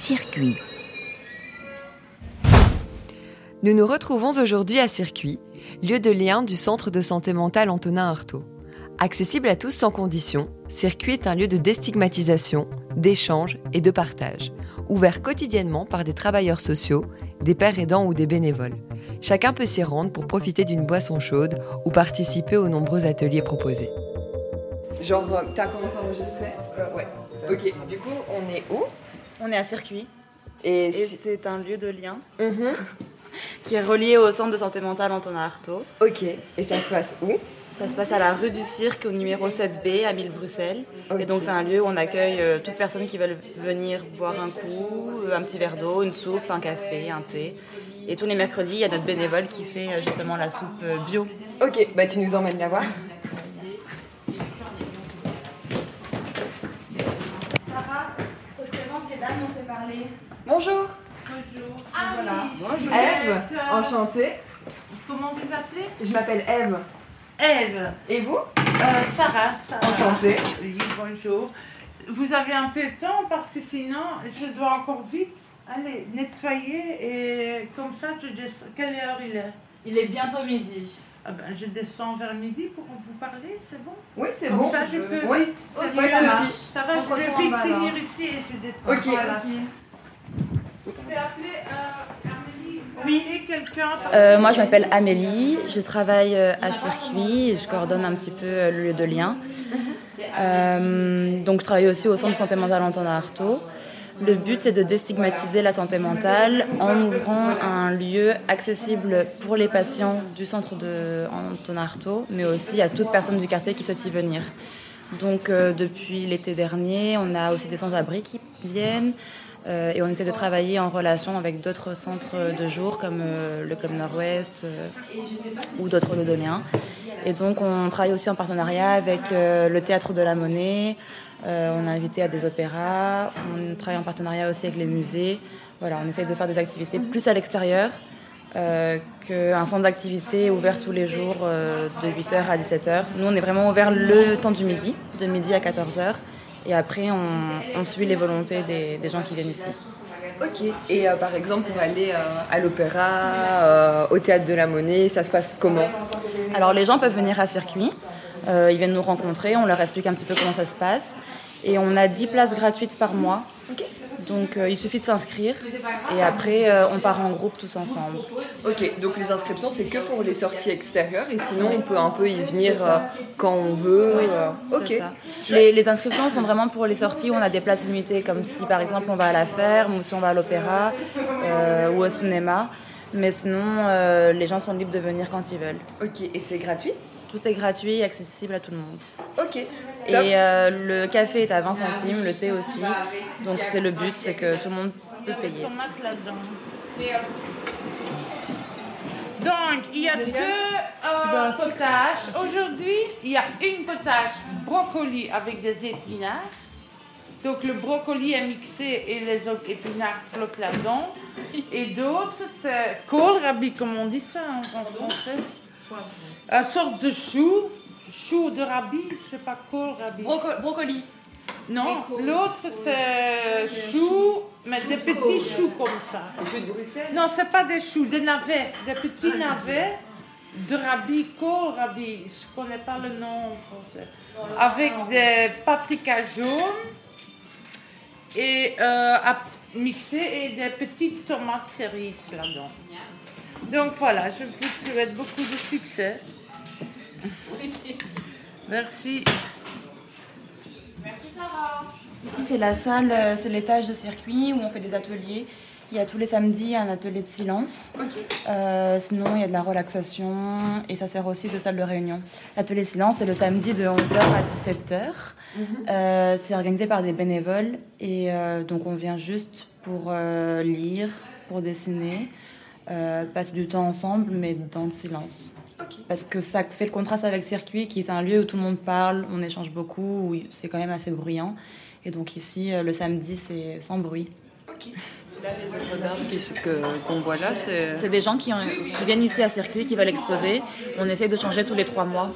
Circuit. Nous nous retrouvons aujourd'hui à Circuit, lieu de lien du centre de santé mentale Antonin Artaud. Accessible à tous sans condition, Circuit est un lieu de déstigmatisation, d'échange et de partage, ouvert quotidiennement par des travailleurs sociaux, des pères aidants ou des bénévoles. Chacun peut s'y rendre pour profiter d'une boisson chaude ou participer aux nombreux ateliers proposés. T'as commencé à enregistrer ? Ouais. Ok, du coup, on est où ? On est à Circuit. Et c'est un lieu de lien qui est relié au centre de santé mentale Antonin Artaud. Ok, et ça se passe où ? Ça se passe à la rue du Cirque, au numéro 7B, à Mille-Bruxelles. Okay. Et donc c'est un lieu où on accueille toutes personnes qui veulent venir boire un coup, un petit verre d'eau, une soupe, un café, un thé. Et tous les mercredis, il y a notre bénévole qui fait justement la soupe bio. Ok, bah tu nous emmènes la voir. Sarah, représente les dames dont on fait parler. Bonjour. Bonjour. Ah voilà. Bonjour. Ève, enchantée. Comment vous appelez? Je m'appelle Ève. Ève. Et vous? Sarah. Enchantée. Oui, bonjour. Vous avez un peu de temps parce que sinon, je dois encore vite aller nettoyer et comme ça, je descends. Quelle heure il est? Il est bientôt midi. Ah ben, je descends vers midi pour vous parler, c'est bon? Oui, c'est Comme bon. ça, je peux Oui. vite. Ok, C'est ça bien. marche. Ça va, On je vais retourne vite en bas, finir alors. ici et je descends. Ok. Voilà. Ok. Vous pouvez appeler Amélie? Oui. Quelqu'un? Moi, je m'appelle Amélie, je travaille à Circuit et je coordonne un petit peu le lieu de lien. Donc, je travaille aussi au centre de santé mentale Antonin Artaud. Le but, c'est de déstigmatiser la santé mentale en ouvrant un lieu accessible pour les patients du centre de Antonin Artaud, mais aussi à toute personne du quartier qui souhaite y venir. Donc, depuis l'été dernier, on a aussi des sans-abri qui viennent. Et on essaie de travailler en relation avec d'autres centres de jour comme le Club Nord-Ouest ou d'autres londoniens. Et donc on travaille aussi en partenariat avec le Théâtre de la Monnaie, on est invité à des opéras, on travaille en partenariat aussi avec les musées. Voilà, on essaie de faire des activités plus à l'extérieur qu'un centre d'activité ouvert tous les jours de 8h à 17h. Nous on est vraiment ouvert le temps du midi, de midi à 14h. Et après, on suit les volontés des gens qui viennent ici. Ok. Et par exemple, pour aller à l'opéra, au Théâtre de la Monnaie, ça se passe comment? Alors, les gens peuvent venir à Circuit. Ils viennent nous rencontrer, on leur explique un petit peu comment ça se passe. Et on a 10 places gratuites par mois. Okay. Donc, il suffit de s'inscrire. Et après, on part en groupe tous ensemble. Ok, donc les inscriptions, c'est que pour les sorties extérieures. Et sinon, on peut un peu y venir quand on veut. Ok. C'est ça. Les inscriptions sont vraiment pour les sorties où on a des places limitées, comme si par exemple on va à la ferme ou si on va à l'opéra ou au cinéma. Mais sinon, les gens sont libres de venir quand ils veulent. Ok, et c'est gratuit? Tout est gratuit et accessible à tout le monde. Ok. Et le café est à 20 centimes, le thé aussi. Donc c'est le but, c'est que tout le monde peut payer. Tomate là-dedans. Donc, il y a deux potages. Aujourd'hui, il y a une potage brocoli avec des épinards. Donc, le brocoli est mixé et les autres épinards flottent là-dedans. Et d'autres, c'est kohlrabi, comme on dit ça en français. Une sorte de chou de rabi, je ne sais pas, kohlrabi. Brocoli. Non, l'autre c'est chou, mais des petits choux comme ça. Des choux de Bruxelles? Non, c'est pas des choux, des navets, des petits navets de rabi, kohlrabi, je connais pas le nom en français. Avec des paprikas jaunes et à mixer et des petites tomates cerises là-dedans. Donc voilà, je vous souhaite beaucoup de succès. Merci. Merci Sarah. Ici c'est la salle, c'est l'étage de Circuit où on fait des ateliers. Il y a tous les samedis un atelier de silence. Sinon il y a de la relaxation et ça sert aussi de salle de réunion. L'atelier silence c'est le samedi de 11h à 17h. C'est organisé par des bénévoles et donc on vient juste pour lire, pour dessiner, passer du temps ensemble mais dans le silence. Okay. Parce que ça fait le contraste avec Circuit qui est un lieu où tout le monde parle, on échange beaucoup, où c'est quand même assez bruyant. Et donc ici, le samedi, c'est sans bruit. Ok. Là, les œuvres d'art qu'on voit là, c'est des gens qui viennent ici à Circuit, qui veulent exposer. On essaye de changer tous les 3 mois.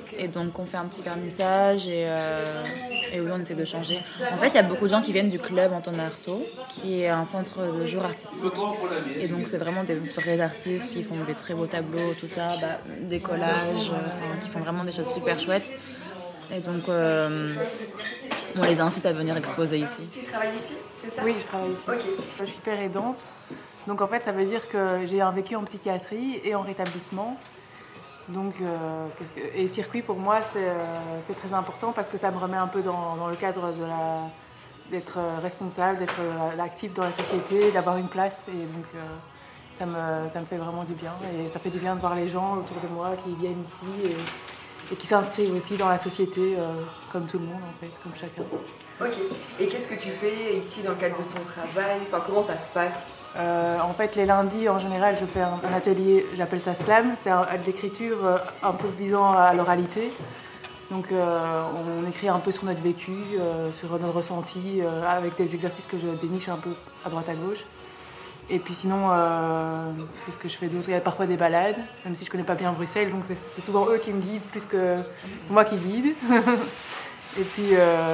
Et donc on fait un petit vernissage et oui, on essaie de changer. En fait, il y a beaucoup de gens qui viennent du club Antonin Artaud, qui est un centre de jour artistique. Et donc c'est vraiment des vrais artistes qui font des très beaux tableaux, tout ça, des collages, qui font vraiment des choses super chouettes. Et donc on les incite à venir exposer ici. Tu travailles ici, c'est ça? Oui, je travaille ici. Ok. Je suis père aidante. Donc en fait, ça veut dire que j'ai un vécu en psychiatrie et en rétablissement. Donc, et circuit pour moi, c'est très important parce que ça me remet un peu dans le cadre d'être responsable, d'être actif dans la société, d'avoir une place. Et donc, ça me fait vraiment du bien. Et ça fait du bien de voir les gens autour de moi qui viennent ici et qui s'inscrivent aussi dans la société, comme tout le monde, en fait, comme chacun. Ok. Et qu'est-ce que tu fais ici dans le cadre de ton travail? Enfin, comment ça se passe? En fait, les lundis, en général, je fais un atelier, j'appelle ça slam, c'est de l'écriture un peu visant à l'oralité. Donc, on écrit un peu sur notre vécu, sur notre ressenti, avec des exercices que je déniche un peu à droite à gauche. Et puis sinon, qu'est-ce que je fais d'autre? Il y a parfois des balades, même si je ne connais pas bien Bruxelles, donc c'est souvent eux qui me guident plus que moi qui guide. Et puis...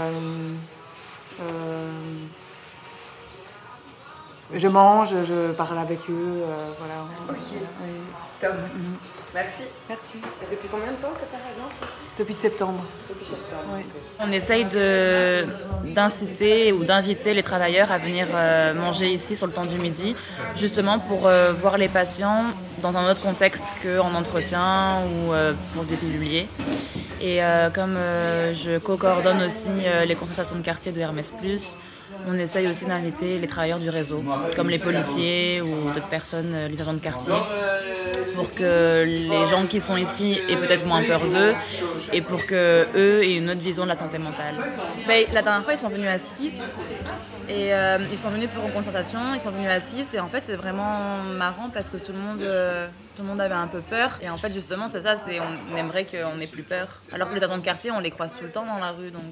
je mange, je parle avec eux, voilà. Ok, Oui. top. Merci. Merci. Et depuis combien de temps tu es par exemple ici? Depuis septembre. Depuis septembre. Oui. On essaye d'inciter ou d'inviter les travailleurs à venir manger ici sur le temps du midi, justement pour voir les patients dans un autre contexte qu'en entretien ou pour des piluliers. Et comme je co-coordonne aussi les consultations de quartier de Hermès Plus, on essaye aussi d'inviter les travailleurs du réseau, comme les policiers ou d'autres personnes, les agents de quartier, pour que les gens qui sont ici aient peut-être moins peur d'eux et pour qu'eux aient une autre vision de la santé mentale. La dernière fois, ils sont venus à 6 et ils sont venus pour une concertation, ils sont venus à 6 et en fait, c'est vraiment marrant parce que tout le monde avait un peu peur et en fait, justement, c'est ça, on aimerait qu'on n'ait plus peur. Alors que les agents de quartier, on les croise tout le temps dans la rue, donc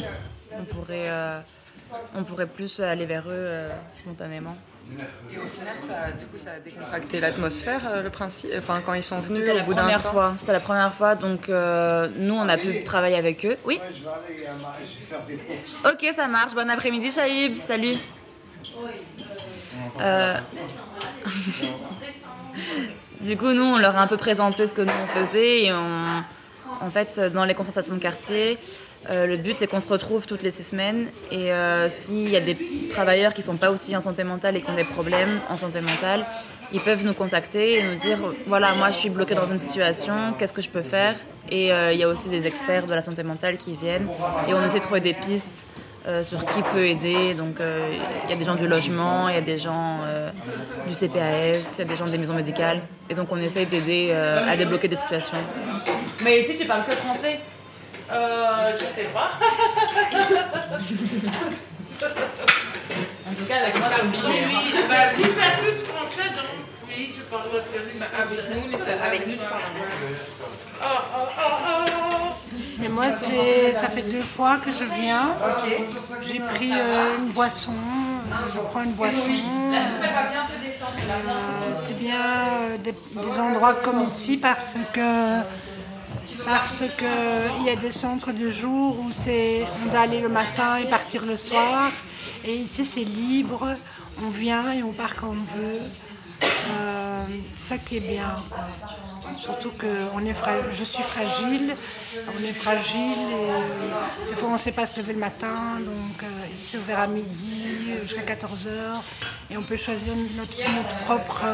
on pourrait plus aller vers eux spontanément. Et au final, ça a décontracté l'atmosphère, le principe, quand ils sont venus C'était au bout d'un temps. C'était la première fois, donc nous, on a pu travailler avec eux. Oui. Ouais, je vais aller, je vais faire des courses. Ok, ça marche. Bon après-midi, Chaïb. Salut. Du coup, nous, on leur a un peu présenté ce que nous, on faisait. Et en fait, dans les concertations de quartier, le but, c'est qu'on se retrouve toutes les 6 semaines. Et s'il y a des travailleurs qui ne sont pas outillés en santé mentale et qui ont des problèmes en santé mentale, ils peuvent nous contacter et nous dire « Voilà, moi, je suis bloquée dans une situation, qu'est-ce que je peux faire ?» Et il y a aussi des experts de la santé mentale qui viennent. Et on essaie de trouver des pistes sur qui peut aider. Donc, il y a des gens du logement, il y a des gens du CPAS, il y a des gens des maisons médicales. Et donc, on essaie d'aider à débloquer des situations. Mais ici, tu parles que français? Je sais pas. En tout cas, avec moi, t'es obligé. Oui, vous êtes tous français, donc oui, je parle avec nous, je parle Mais moi, ça fait 2 fois que je viens. J'ai pris une boisson, je prends une boisson. C'est bien des endroits comme ici parce que il y a des centres de jour où on doit aller le matin et partir le soir. Et ici, c'est libre. On vient et on part quand on veut. C'est ça qui est bien, quoi. Surtout que je suis fragile, on est fragile et des fois on ne sait pas se lever le matin, donc ici c'est ouvert à midi jusqu'à 14h et on peut choisir notre propre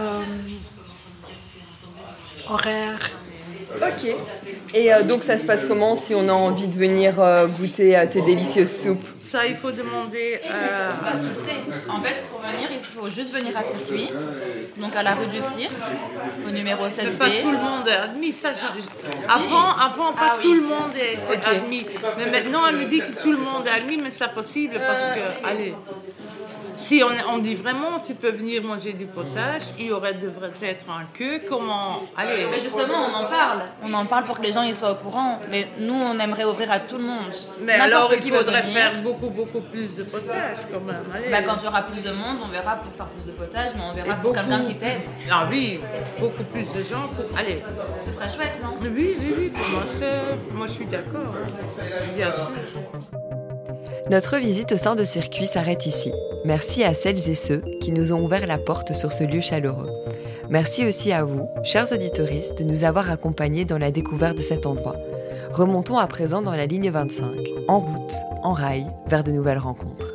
horaire. Ok. Et donc ça se passe comment si on a envie de venir goûter à tes délicieuses soupes? Ça, il faut demander. Tu sais, en fait, pour venir, il faut juste venir à Circuit, donc à la rue du Cire, au numéro 7B. Mais pas tout le monde est admis. Ça, avant pas tout le monde était admis. Mais maintenant, elle me dit que tout le monde est admis, mais c'est possible parce que, allez, Si on dit vraiment, tu peux venir manger du potage, devrait être un queue, comment... Allez. Mais justement, on en parle pour que les gens y soient au courant, mais nous, on aimerait ouvrir à tout le monde. Mais alors, il faudrait faire beaucoup plus de potage, quand même. Allez. Quand il y aura plus de monde, on verra pour faire plus de potage, mais on verra pour quelqu'un qui t'aide. Ah oui, beaucoup plus de gens pour... Allez. Ce serait chouette, non? Oui, pour moi, je suis d'accord. Bien sûr. Notre visite au sein de Circuit s'arrête ici. Merci à celles et ceux qui nous ont ouvert la porte sur ce lieu chaleureux. Merci aussi à vous, chers auditeuristes, de nous avoir accompagnés dans la découverte de cet endroit. Remontons à présent dans la ligne 25, en route, en rail, vers de nouvelles rencontres.